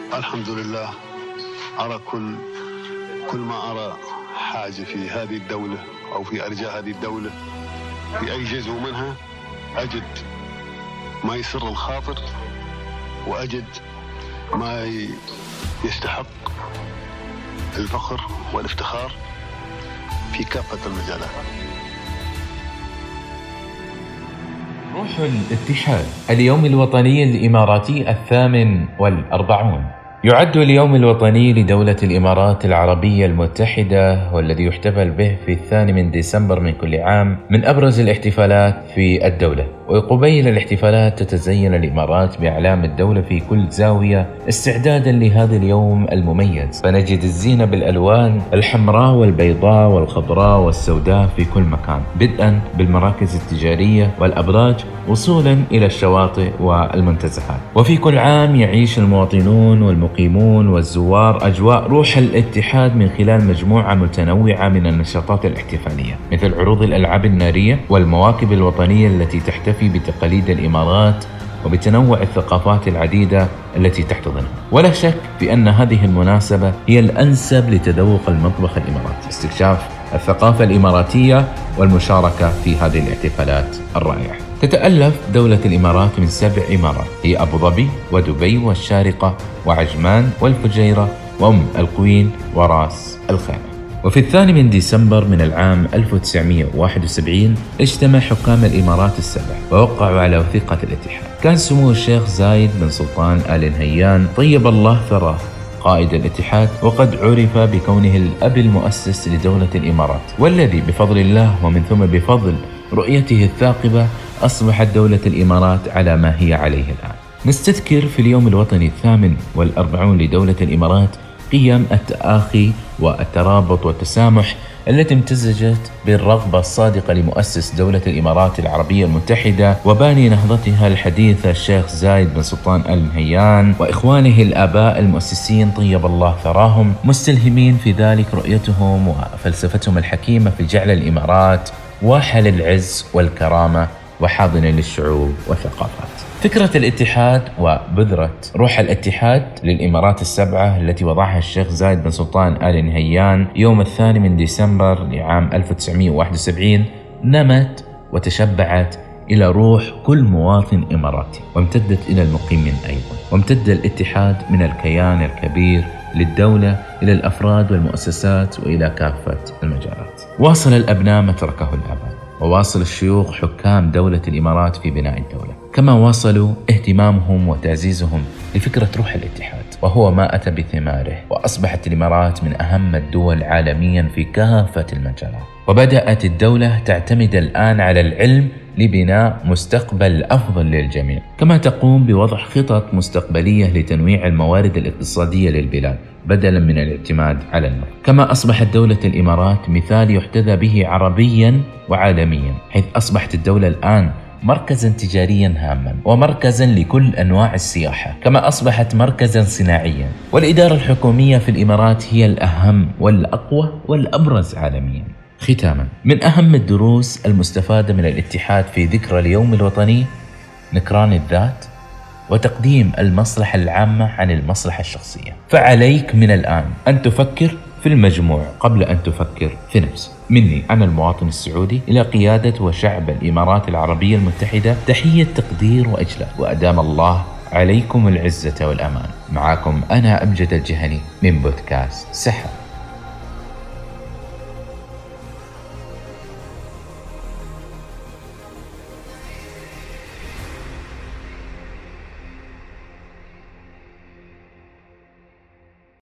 الحمد لله. أرى كل ما أرى حاجة في هذه الدولة أو في أرجاء هذه الدولة في أي جزء منها أجد ما يسر الخاطر، وأجد ما يستحق الفخر والافتخار في كافة المجالات. روح الاتحاد. اليوم الوطني الإماراتي 48. يعد اليوم الوطني لدولة الإمارات العربية المتحدة، والذي يحتفل به في 2 ديسمبر من كل عام، من أبرز الاحتفالات في الدولة. وقبيل الاحتفالات تتزين الإمارات بأعلام الدولة في كل زاوية استعدادا لهذا اليوم المميز، فنجد الزينة بالألوان الحمراء والبيضاء والخضراء والسوداء في كل مكان، بدءا بالمراكز التجارية والأبراج وصولا إلى الشواطئ والمنتزهات. وفي كل عام يعيش المواطنون والمقيمون والزوار أجواء روح الاتحاد من خلال مجموعة متنوعة من النشاطات الاحتفالية، مثل عروض الألعاب النارية والمواكب الوطنية التي تحتفي بتقاليد الإمارات وبتنوع الثقافات العديدة التي تحتضنها. ولا شك بأن هذه المناسبة هي الأنسب لتذوق المطبخ الإماراتي، استكشاف الثقافة الإماراتية والمشاركة في هذه الاحتفالات الرائعة. تتألف دولة الإمارات من 7 إمارات، هي أبو ظبي ودبي والشارقة وعجمان والفجيرة وأم القوين وراس الخيمة. وفي 2 ديسمبر من العام 1971 اجتمع حكام الإمارات ال7 ووقعوا على وثيقة الاتحاد. كان سمو الشيخ زايد بن سلطان آل نهيان طيب الله ثراه قائد الاتحاد، وقد عرف بكونه الأب المؤسس لدولة الإمارات، والذي بفضل الله ومن ثم بفضل رؤيته الثاقبة أصبحت دولة الإمارات على ما هي عليه الآن. نستذكر في اليوم الوطني 48 لدولة الإمارات قيم التآخي والترابط والتسامح التي امتزجت بالرغبة الصادقة لمؤسس دولة الإمارات العربية المتحدة وباني نهضتها الحديث الشيخ زايد بن سلطان آل نهيان وإخوانه الآباء المؤسسين طيب الله ثراهم، مستلهمين في ذلك رؤيتهم وفلسفتهم الحكيمة في جعل الإمارات واحة للعز والكرامة وحاضنة للشعوب والثقافات. فكرة الاتحاد وبذرة روح الاتحاد للإمارات ال7 التي وضعها الشيخ زايد بن سلطان آل نهيان يوم 2 ديسمبر لعام 1971 نمت وتشبعت إلى روح كل مواطن إماراتي، وامتدت إلى المقيمين أيضا، وامتد الاتحاد من الكيان الكبير للدولة إلى الأفراد والمؤسسات وإلى كافة المجالات. واصل الأبناء ما تركه الآباء، وواصل الشيوخ حكام دولة الإمارات في بناء الدولة، كما واصلوا اهتمامهم وتعزيزهم لفكرة روح الاتحاد، وهو ما أتى بثماره، وأصبحت الإمارات من أهم الدول عالميا في كافة المجالات. وبدأت الدولة تعتمد الآن على العلم لبناء مستقبل أفضل للجميع، كما تقوم بوضع خطط مستقبلية لتنويع الموارد الاقتصادية للبلاد بدلا من الاعتماد على النفط. كما أصبحت دولة الإمارات مثال يحتذى به عربيا وعالميا، حيث أصبحت الدولة الآن مركزا تجاريا هاما ومركزا لكل أنواع السياحة، كما أصبحت مركزا صناعيا. والإدارة الحكومية في الإمارات هي الأهم والأقوى والأبرز عالميا. ختاما، من أهم الدروس المستفادة من الاتحاد في ذكرى اليوم الوطني نكران الذات وتقديم المصلحة العامة عن المصلحة الشخصية. فعليك من الآن أن تفكر في المجموع قبل أن تفكر في نفسك. مني أنا المواطن السعودي إلى قيادة وشعب الإمارات العربية المتحدة تحية تقدير وإجلال، وأدام الله عليكم العزة والأمان. معكم أنا أمجد الجهني من بودكاست سحر.